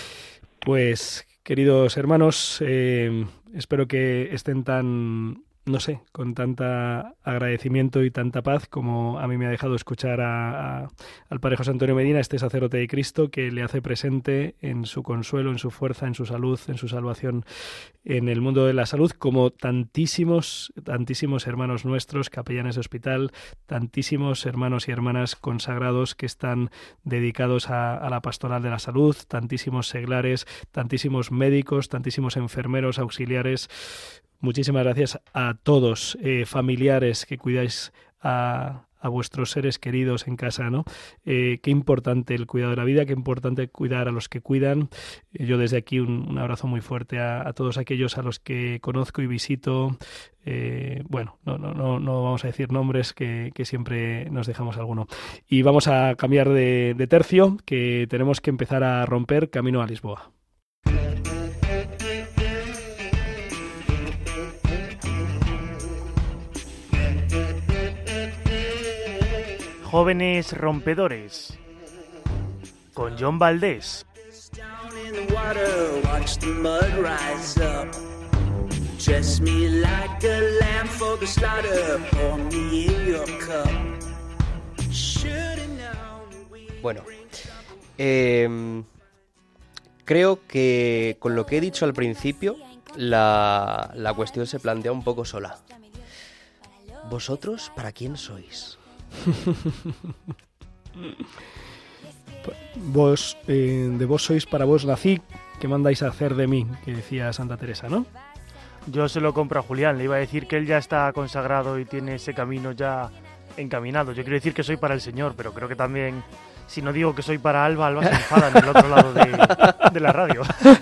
Pues, queridos hermanos, eh, espero que estén tan... no sé, con tanta agradecimiento y tanta paz como a mí me ha dejado escuchar a, a, al Padre José Antonio Medina, este sacerdote de Cristo, que le hace presente en su consuelo, en su fuerza, en su salud, en su salvación en el mundo de la salud, como tantísimos, tantísimos hermanos nuestros, capellanes de hospital, tantísimos hermanos y hermanas consagrados que están dedicados a, a la pastoral de la salud, tantísimos seglares, tantísimos médicos, tantísimos enfermeros, auxiliares. Muchísimas gracias a todos, eh, familiares que cuidáis a, a vuestros seres queridos en casa, ¿no? Eh, qué importante el cuidado de la vida, qué importante cuidar a los que cuidan. Eh, yo desde aquí un, un abrazo muy fuerte a, a todos aquellos a los que conozco y visito. Eh, bueno, no, no, no, no vamos a decir nombres, que, que siempre nos dejamos alguno. Y vamos a cambiar de, de tercio, que tenemos que empezar a romper camino a Lisboa. Jóvenes rompedores con John Valdés. Bueno, eh, creo que con lo que he dicho al principio, la, la cuestión se plantea un poco sola. ¿Vosotros para quién sois? Vos, eh, de vos sois, para vos nací, ¿qué mandáis a hacer de mí? Que decía Santa Teresa, ¿no? Yo se lo compro a Julián, le iba a decir que él ya está consagrado y tiene ese camino ya encaminado. Yo quiero decir que soy para el Señor, pero creo que también, si no digo que soy para Alba, Alba se enfada en el otro lado de, de la radio.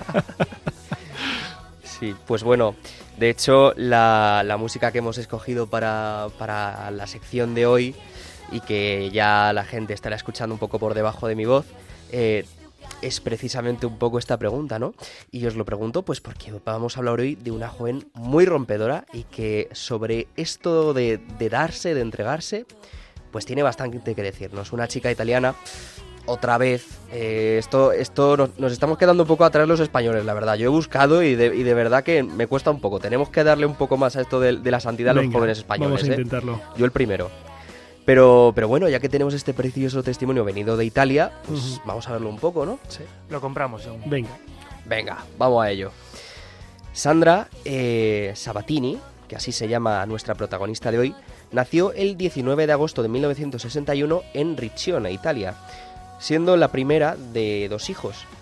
Sí, pues bueno, de hecho la, la música que hemos escogido para, para la sección de hoy, y que ya la gente estará escuchando un poco por debajo de mi voz, eh, es precisamente un poco esta pregunta, ¿no? Y os lo pregunto pues porque vamos a hablar hoy de una joven muy rompedora y que sobre esto de, de darse, de entregarse, pues tiene bastante que decirnos. Una chica italiana, otra vez, eh, esto, esto nos, nos estamos quedando un poco atrás los españoles, la verdad. Yo he buscado y de, y de verdad que me cuesta un poco. Tenemos que darle un poco más a esto de, de la santidad a los jóvenes españoles. Vamos a intentarlo. ¿eh? Yo el primero. Pero, pero bueno, ya que tenemos este precioso testimonio venido de Italia, pues uh-huh. vamos a verlo un poco, ¿no? Sí, lo compramos. Aún. Venga. Venga, vamos a ello. Sandra eh, Sabatini, que así se llama nuestra protagonista de hoy, nació el diecinueve de agosto de mil novecientos sesenta y uno en Riccione, Italia, siendo la primera de dos hijos.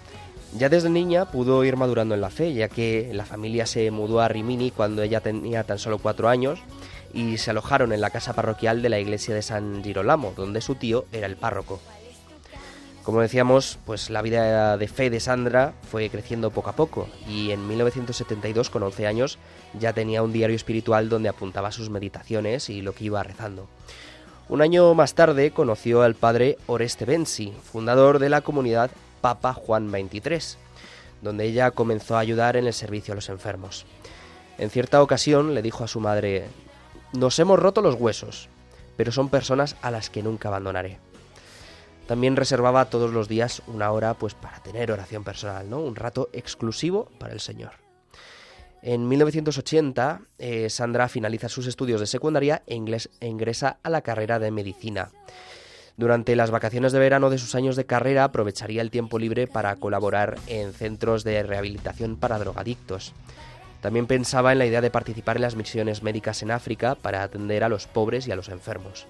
Ya desde niña pudo ir madurando en la fe, ya que la familia se mudó a Rimini cuando ella tenía tan solo cuatro años y se alojaron en la casa parroquial de la iglesia de San Girolamo, donde su tío era el párroco. Como decíamos, pues la vida de fe de Sandra fue creciendo poco a poco y en mil novecientos setenta y dos, con once años, ya tenía un diario espiritual donde apuntaba sus meditaciones y lo que iba rezando. Un año más tarde conoció al padre Oreste Bensi, fundador de la comunidad Papa Juan veintitrés, donde ella comenzó a ayudar en el servicio a los enfermos. En cierta ocasión le dijo a su madre: «Nos hemos roto los huesos, pero son personas a las que nunca abandonaré». También reservaba todos los días una hora pues para tener oración personal, ¿no? Un rato exclusivo para el Señor. En mil novecientos ochenta, eh, Sandra finaliza sus estudios de secundaria e, inglés, e ingresa a la carrera de medicina. Durante las vacaciones de verano de sus años de carrera aprovecharía el tiempo libre para colaborar en centros de rehabilitación para drogadictos. También pensaba en la idea de participar en las misiones médicas en África para atender a los pobres y a los enfermos.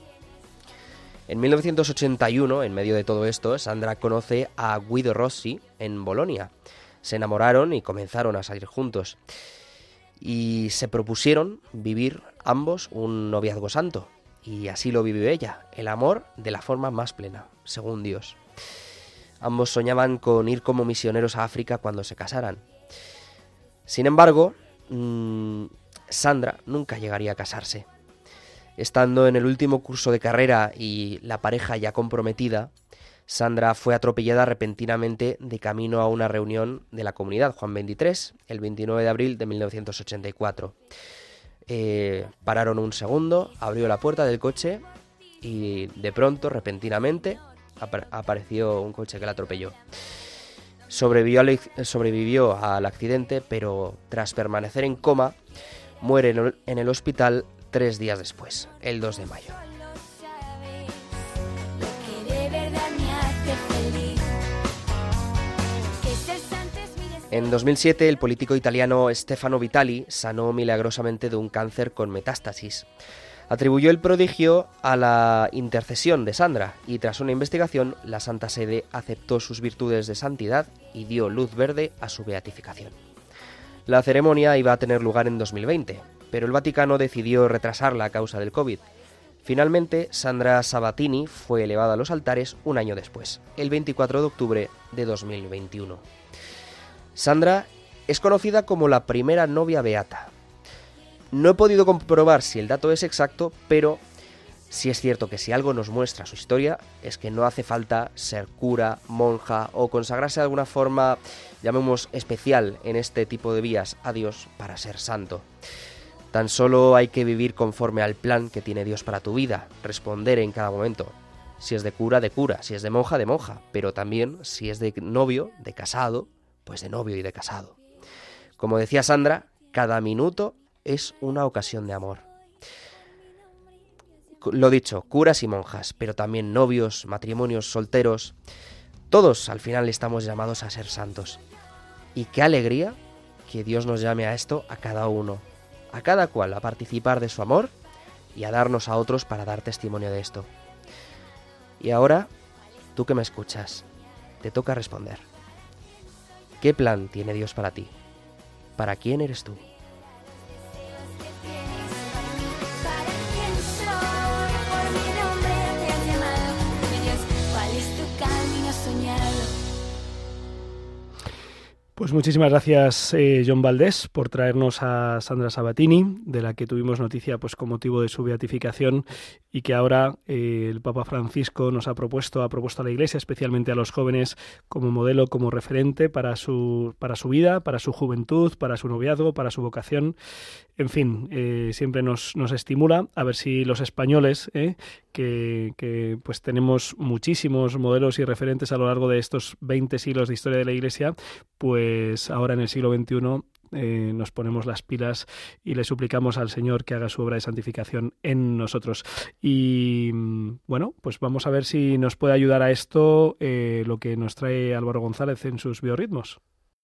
En mil novecientos ochenta y uno, en medio de todo esto, Sandra conoce a Guido Rossi en Bolonia. Se enamoraron y comenzaron a salir juntos. Y se propusieron vivir ambos un noviazgo santo. Y así lo vivió ella, el amor de la forma más plena, según Dios. Ambos soñaban con ir como misioneros a África cuando se casaran. Sin embargo, mmm, Sandra nunca llegaría a casarse. Estando en el último curso de carrera y la pareja ya comprometida, Sandra fue atropellada repentinamente de camino a una reunión de la comunidad Juan veintitrés el veintinueve de abril de mil novecientos ochenta y cuatro. Eh, pararon un segundo, abrió la puerta del coche y de pronto, repentinamente, ap- apareció un coche que la atropelló. Sobrevivió al, sobrevivió al accidente, pero tras permanecer en coma, muere en el, en el hospital tres días después, el dos de mayo. En dos mil siete, el político italiano Stefano Vitali sanó milagrosamente de un cáncer con metástasis. Atribuyó el prodigio a la intercesión de Sandra y tras una investigación, la Santa Sede aceptó sus virtudes de santidad y dio luz verde a su beatificación. La ceremonia iba a tener lugar en dos mil veinte, pero el Vaticano decidió retrasarla a causa del COVID. Finalmente, Sandra Sabatini fue elevada a los altares un año después, el veinticuatro de octubre de dos mil veintiuno. Sandra es conocida como la primera novia beata. No he podido comprobar si el dato es exacto, pero sí es cierto que si algo nos muestra su historia es que no hace falta ser cura, monja o consagrarse de alguna forma, llamemos especial en este tipo de vías a Dios para ser santo. Tan solo hay que vivir conforme al plan que tiene Dios para tu vida, responder en cada momento. Si es de cura, de cura, si es de monja, de monja, pero también si es de novio, de casado, pues de novio y de casado. Como decía Sandra, cada minuto es una ocasión de amor. Lo dicho, curas y monjas, pero también novios, matrimonios, solteros, todos al final estamos llamados a ser santos. Y qué alegría que Dios nos llame a esto a cada uno, a cada cual a participar de su amor y a darnos a otros para dar testimonio de esto. Y ahora, tú que me escuchas, te toca responder. ¿Qué plan tiene Dios para ti? ¿Para quién eres tú? Pues muchísimas gracias, eh, John Valdés, por traernos a Sandra Sabatini, de la que tuvimos noticia pues con motivo de su beatificación y que ahora eh, el Papa Francisco nos ha propuesto, ha propuesto a la Iglesia, especialmente a los jóvenes, como modelo, como referente para su, para su vida, para su juventud, para su noviazgo, para su vocación. En fin, eh, siempre nos, nos estimula a ver si los españoles, eh, que, que pues tenemos muchísimos modelos y referentes a lo largo de estos veinte siglos de historia de la Iglesia, pues ahora en el siglo veintiuno eh, nos ponemos las pilas y le suplicamos al Señor que haga su obra de santificación en nosotros. Y bueno, pues vamos a ver si nos puede ayudar a esto eh, lo que nos trae Álvaro González en sus biorritmos.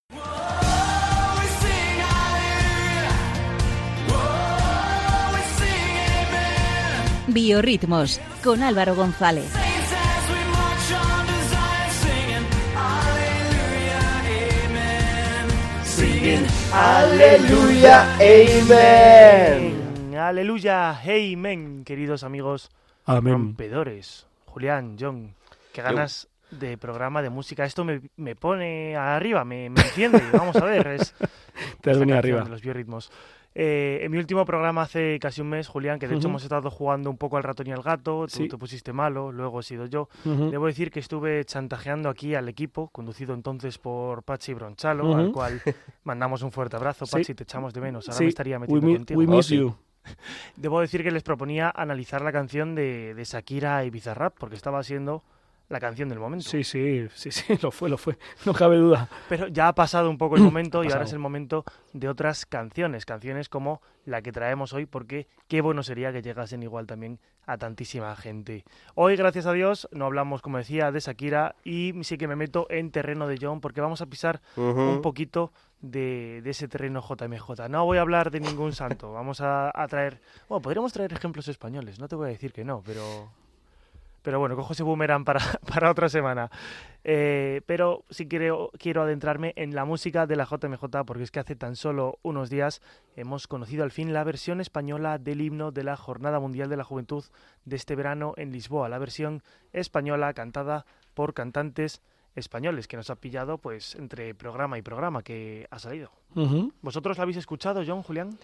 Biorritmos con Álvaro González. singing. Aleluya, amen. Aleluya, amen, queridos amigos Amén. rompedores. Julián, John, qué ganas de programa de música. Esto me, me pone arriba, me, me enciende. Vamos a ver. Es Te has venido canción arriba. de los biorritmos. Eh, en mi último programa hace casi un mes, Julián, que de hecho Ujú. hemos estado jugando un poco al ratón y al gato, tú Sí. te pusiste malo, luego he sido yo. Ujú. Debo decir que estuve chantajeando aquí al equipo, conducido entonces por Pachi Bronchalo, Ujú. al cual mandamos un fuerte abrazo. Sí. Pachi, te echamos de menos, ahora Sí, me estaría we, metiendo mi- contigo. we Oh, miss sí. you. Debo decir que les proponía analizar la canción de, de Shakira y Bizarrap, porque estaba siendo la canción del momento. Sí, sí, sí, sí, lo fue, lo fue. No cabe duda. Pero ya ha pasado un poco el momento y ahora Pasado. es el momento de otras canciones, canciones como la que traemos hoy, porque qué bueno sería que llegasen igual también a tantísima gente. Hoy, gracias a Dios, no hablamos, como decía, de Shakira y sí que me meto en terreno de John, porque vamos a pisar Ujú. un poquito de, de ese terreno J M J. No voy a hablar de ningún santo, vamos a, a traer... Bueno, podríamos traer ejemplos españoles, no te voy a decir que no, pero... Pero bueno, cojo ese boomerang para, para otra semana. Eh, pero sí quiero, quiero adentrarme en la música de la J M J, porque es que hace tan solo unos días hemos conocido al fin la versión española del himno de la Jornada Mundial de la Juventud de este verano en Lisboa. La versión española cantada por cantantes españoles, que nos ha pillado pues entre programa y programa que ha salido. Ujú. ¿Vosotros la habéis escuchado, John, Julián?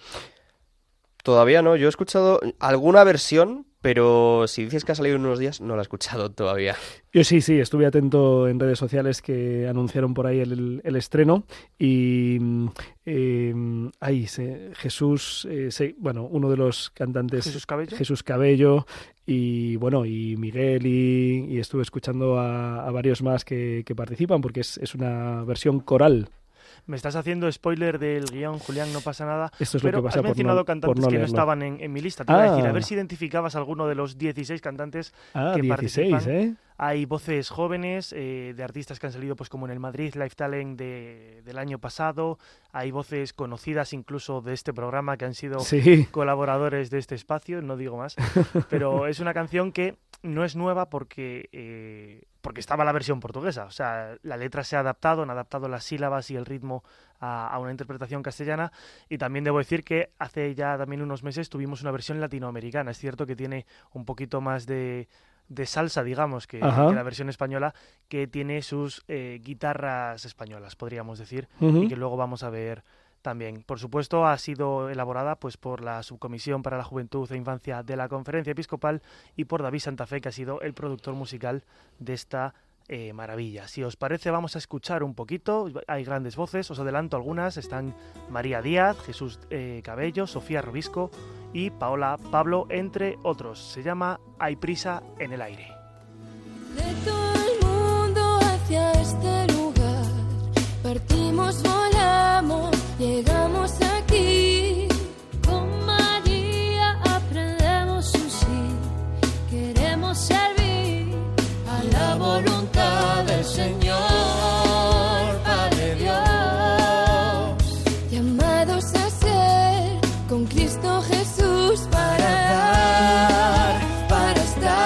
Todavía no, yo he escuchado alguna versión, pero si dices que ha salido en unos días, no la he escuchado todavía. Yo sí, sí, estuve atento en redes sociales que anunciaron por ahí el, el estreno y mm, eh, ahí se, Jesús, eh, se- bueno, uno de los cantantes, Jesús Cabello. Jesús Cabello y bueno, y Miguel y, y estuve escuchando a, a varios más que, que participan porque es, es una versión coral. Me estás haciendo spoiler del guión, Julián, no pasa nada. Esto es lo Pero que pasa has por mencionado no, cantantes por no que no leerlo. estaban en, en mi lista. Te iba a decir, a Ah. ver si identificabas alguno de los dieciséis cantantes. Ah, que dieciséis, participan. ¿eh? Hay voces jóvenes eh, de artistas que han salido, pues como en el Madrid Live Talent de, del año pasado. Hay voces conocidas incluso de este programa que han sido Sí. colaboradores de este espacio, no digo más. Pero es una canción que no es nueva porque, eh, porque estaba la versión portuguesa. O sea, la letra se ha adaptado, han adaptado las sílabas y el ritmo a, a una interpretación castellana. Y también debo decir que hace ya también unos meses tuvimos una versión latinoamericana. Es cierto que tiene un poquito más de, de salsa, digamos, que, Ajá. que la versión española, que tiene sus eh, guitarras españolas, podríamos decir, Ujú. y que luego vamos a ver también. Por supuesto, ha sido elaborada pues por la Subcomisión para la Juventud e Infancia de la Conferencia Episcopal y por David Santa Fe, que ha sido el productor musical de esta eh, maravilla. Si os parece, vamos a escuchar un poquito. Hay grandes voces, os adelanto algunas. Están María Díaz, Jesús eh, Cabello, Sofía Robisco y Paola Pablo, entre otros. Se llama Hay prisa en el aire. De todo el mundo hacia este lugar, partimos, volamos, llegamos aquí. Con María aprendemos un sí, queremos servir a la voluntad del Señor, Padre Dios, llamados a ser con Cristo Jesús para dar, para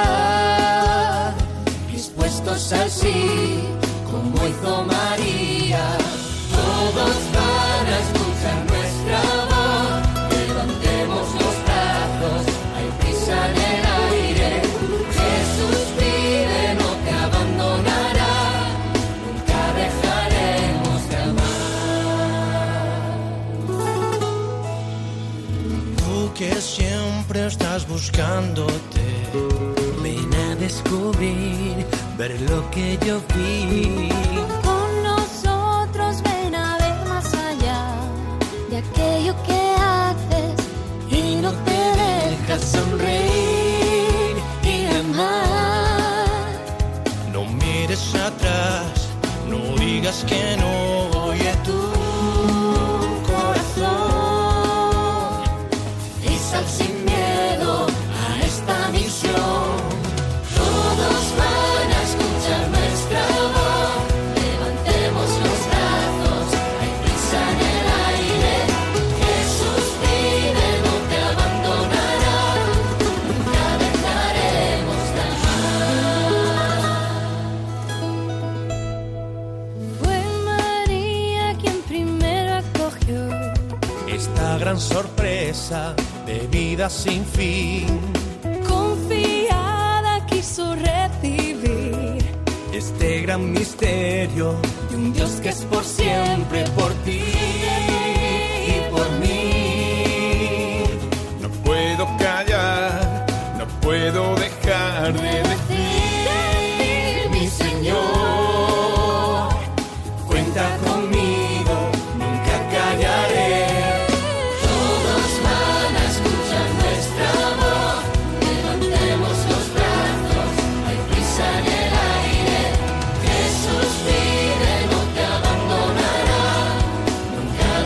estar dispuestos al sí, como hizo María. Todos van a escuchar nuestra voz, levantemos los brazos, hay prisa en el aire. Jesús pide, no te abandonará, nunca dejaremos de amar. Tú que siempre estás buscándote, ven a descubrir, ver lo que yo vi. Con nosotros ven a ver más allá de aquello que haces y no te dejas sonreír y amar. No mires atrás, no digas que no, oye tu corazón Y sal sin miedo a esta misión. Todos van a escuchar nuestra voz, levantemos los brazos, hay prisa en el aire. Jesús pide, no te abandonará, nunca dejaremos de amar. Fue María quien gran sorpresa de vida sin fin. Confiada quiso recibir Este gran misterio de un Dios que es por siempre por ti y por mí. No puedo callar, no puedo dejar de decir, mi Señor, cuenta conmigo, nunca callaré. Todos van a escuchar nuestra voz, levantemos los brazos, hay prisa en el aire, Jesús vive, no te abandonará, nunca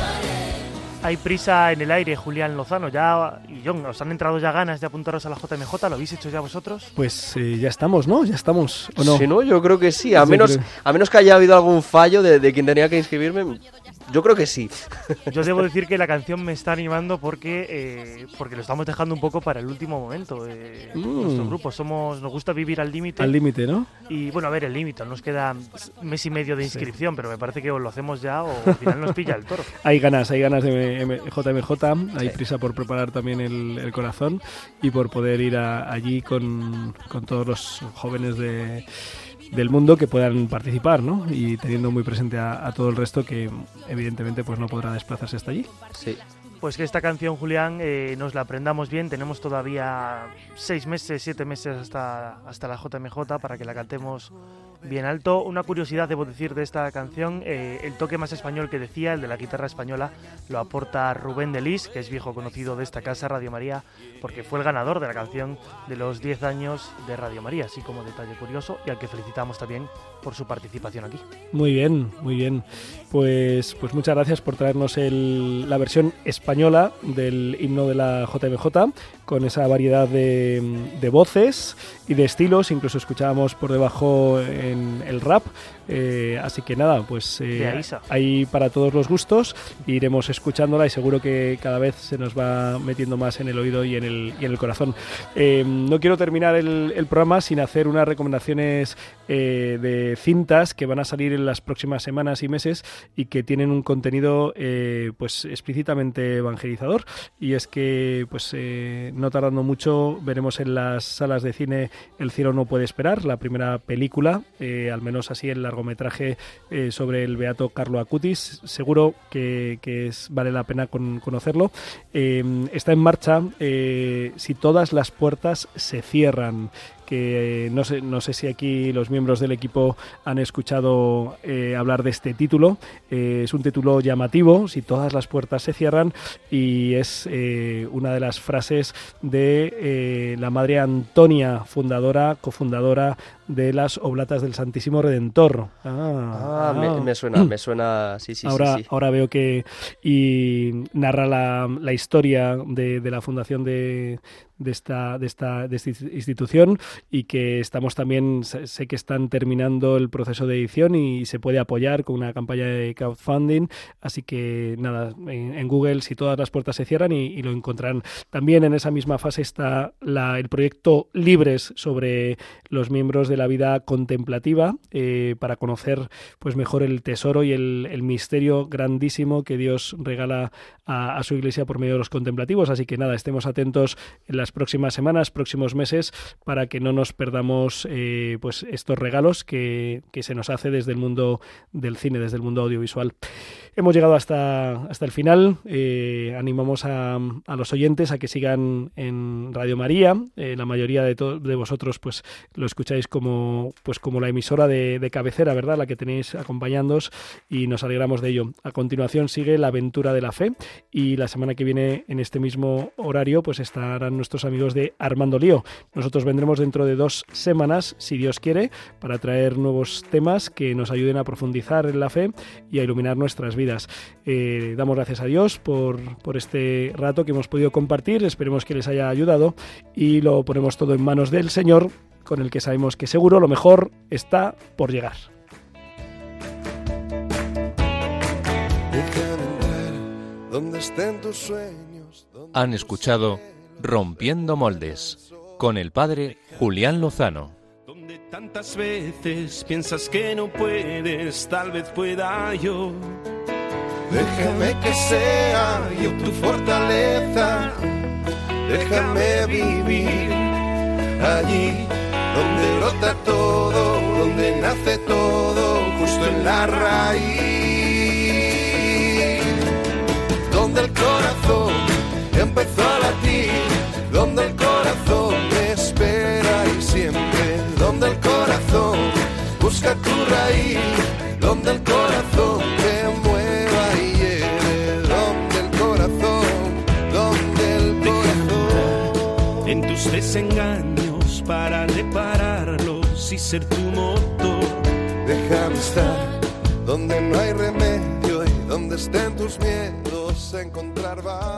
dejaré. Hay prisa en el aire, Julián Lozano, ya y John, ¿os han entrado ya ganas de apuntaros a la J M J? ¿Lo habéis hecho ya vosotros? Pues eh, ya estamos, ¿no? Ya estamos, ¿o no? Si no, yo creo que sí. A Sí, menos, creo. a menos que haya habido algún fallo de, de quien tenía que inscribirme, yo creo que sí. Yo debo decir que la canción me está animando porque eh, porque lo estamos dejando un poco para el último momento. Eh, Mm. Nuestro grupo somos nos gusta vivir al límite. Al límite, ¿no? Y bueno, a ver, el límite, nos queda mes y medio de inscripción, pero me parece que o lo hacemos ya o al final nos pilla el toro. Hay ganas, hay ganas de M- J M J, hay Sí. prisa por preparar también el, el corazón y por poder ir a- allí con, con todos los jóvenes de, del mundo que puedan participar, ¿no? Y teniendo muy presente a, a todo el resto que evidentemente pues no podrá desplazarse hasta allí. Sí. Pues que esta canción, Julián, eh, nos la aprendamos bien. Tenemos todavía seis meses, siete meses hasta, hasta la J M J para que la cantemos bien alto. Una curiosidad, debo decir, de esta canción, eh, el toque más español que decía, el de la guitarra española, lo aporta Rubén de Lis, que es viejo conocido de esta casa, Radio María, porque fue el ganador de la canción de los diez años de Radio María, así como detalle curioso, y al que felicitamos también por su participación aquí. Muy bien, muy bien. Pues, pues muchas gracias por traernos el, la versión española del himno de la J M J, con esa variedad de, de voces y de estilos, incluso escuchábamos por debajo en el rap. Eh, así que nada, pues eh, De Aisa. hay para todos los gustos, iremos escuchándola y seguro que cada vez se nos va metiendo más en el oído y en el, y en el corazón. Eh, no quiero terminar el, el programa sin hacer unas recomendaciones eh, de cintas que van a salir en las próximas semanas y meses y que tienen un contenido eh, pues explícitamente evangelizador, y es que pues eh, no tardando mucho veremos en las salas de cine El cielo no puede esperar, la primera película, eh, al menos así el largometraje eh, sobre el beato Carlo Acutis. Seguro que, que es, vale la pena con, conocerlo. Eh, está en marcha eh, Si todas las puertas se cierran, que eh, no sé, no sé si aquí los miembros del equipo han escuchado eh, hablar de este título. Eh, es un título llamativo, Si todas las puertas se cierran, y es eh, una de las frases de eh, la Madre Antonia, fundadora, cofundadora de las Oblatas del Santísimo Redentor. Ah, me, me suena, me suena, sí, sí, ahora, sí, sí. ahora veo que y narra la, la historia de, de la fundación de, de, esta, de, esta, de esta institución, y que estamos también, sé, sé que están terminando el proceso de edición y se puede apoyar con una campaña de crowdfunding, así que nada, en, en Google Si todas las puertas se cierran y, y lo encontrarán. También en esa misma fase está la, el proyecto Libres sobre los miembros de la vida contemplativa, eh, para conocer pues mejor el tesoro y el, el misterio grandísimo que Dios regala a, a su iglesia por medio de los contemplativos. Así que nada, estemos atentos en las próximas semanas, próximos meses, para que no nos perdamos eh, pues estos regalos que, que se nos hace desde el mundo del cine, desde el mundo audiovisual. Hemos llegado hasta, hasta el final. Eh, animamos a, a los oyentes a que sigan en Radio María. Eh, la mayoría de, to- de vosotros pues lo escucháis como, pues, como la emisora de, de cabecera, ¿verdad? La que tenéis acompañándoos, y nos alegramos de ello. A continuación sigue La Aventura de la Fe, y la semana que viene en este mismo horario pues estarán nuestros amigos de Armando Lío. Nosotros vendremos dentro de dos semanas, si Dios quiere, para traer nuevos temas que nos ayuden a profundizar en la fe y a iluminar nuestras vidas. Eh, damos gracias a Dios por, por este rato que hemos podido compartir. Esperemos que les haya ayudado, y lo ponemos todo en manos del Señor, con el que sabemos que seguro lo mejor está por llegar. Déjame entrar donde estén tus sueños. donde Han tus escuchado anhelos Rompiendo Moldes con el padre Julián Lozano. Donde tantas veces piensas que no puedes, tal vez pueda yo. Déjame que sea yo tu fortaleza, déjame vivir allí donde brota todo, donde nace todo, justo en la raíz, donde el corazón empezó a latir, donde el corazón me espera y siempre, donde el corazón busca tu raíz, donde el corazón te mueva y lleve, donde el corazón, donde el corazón. En tus desengaños para repararlos y ser tu motor. Déjame estar donde no hay remedio y donde estén tus miedos, encontrar valor.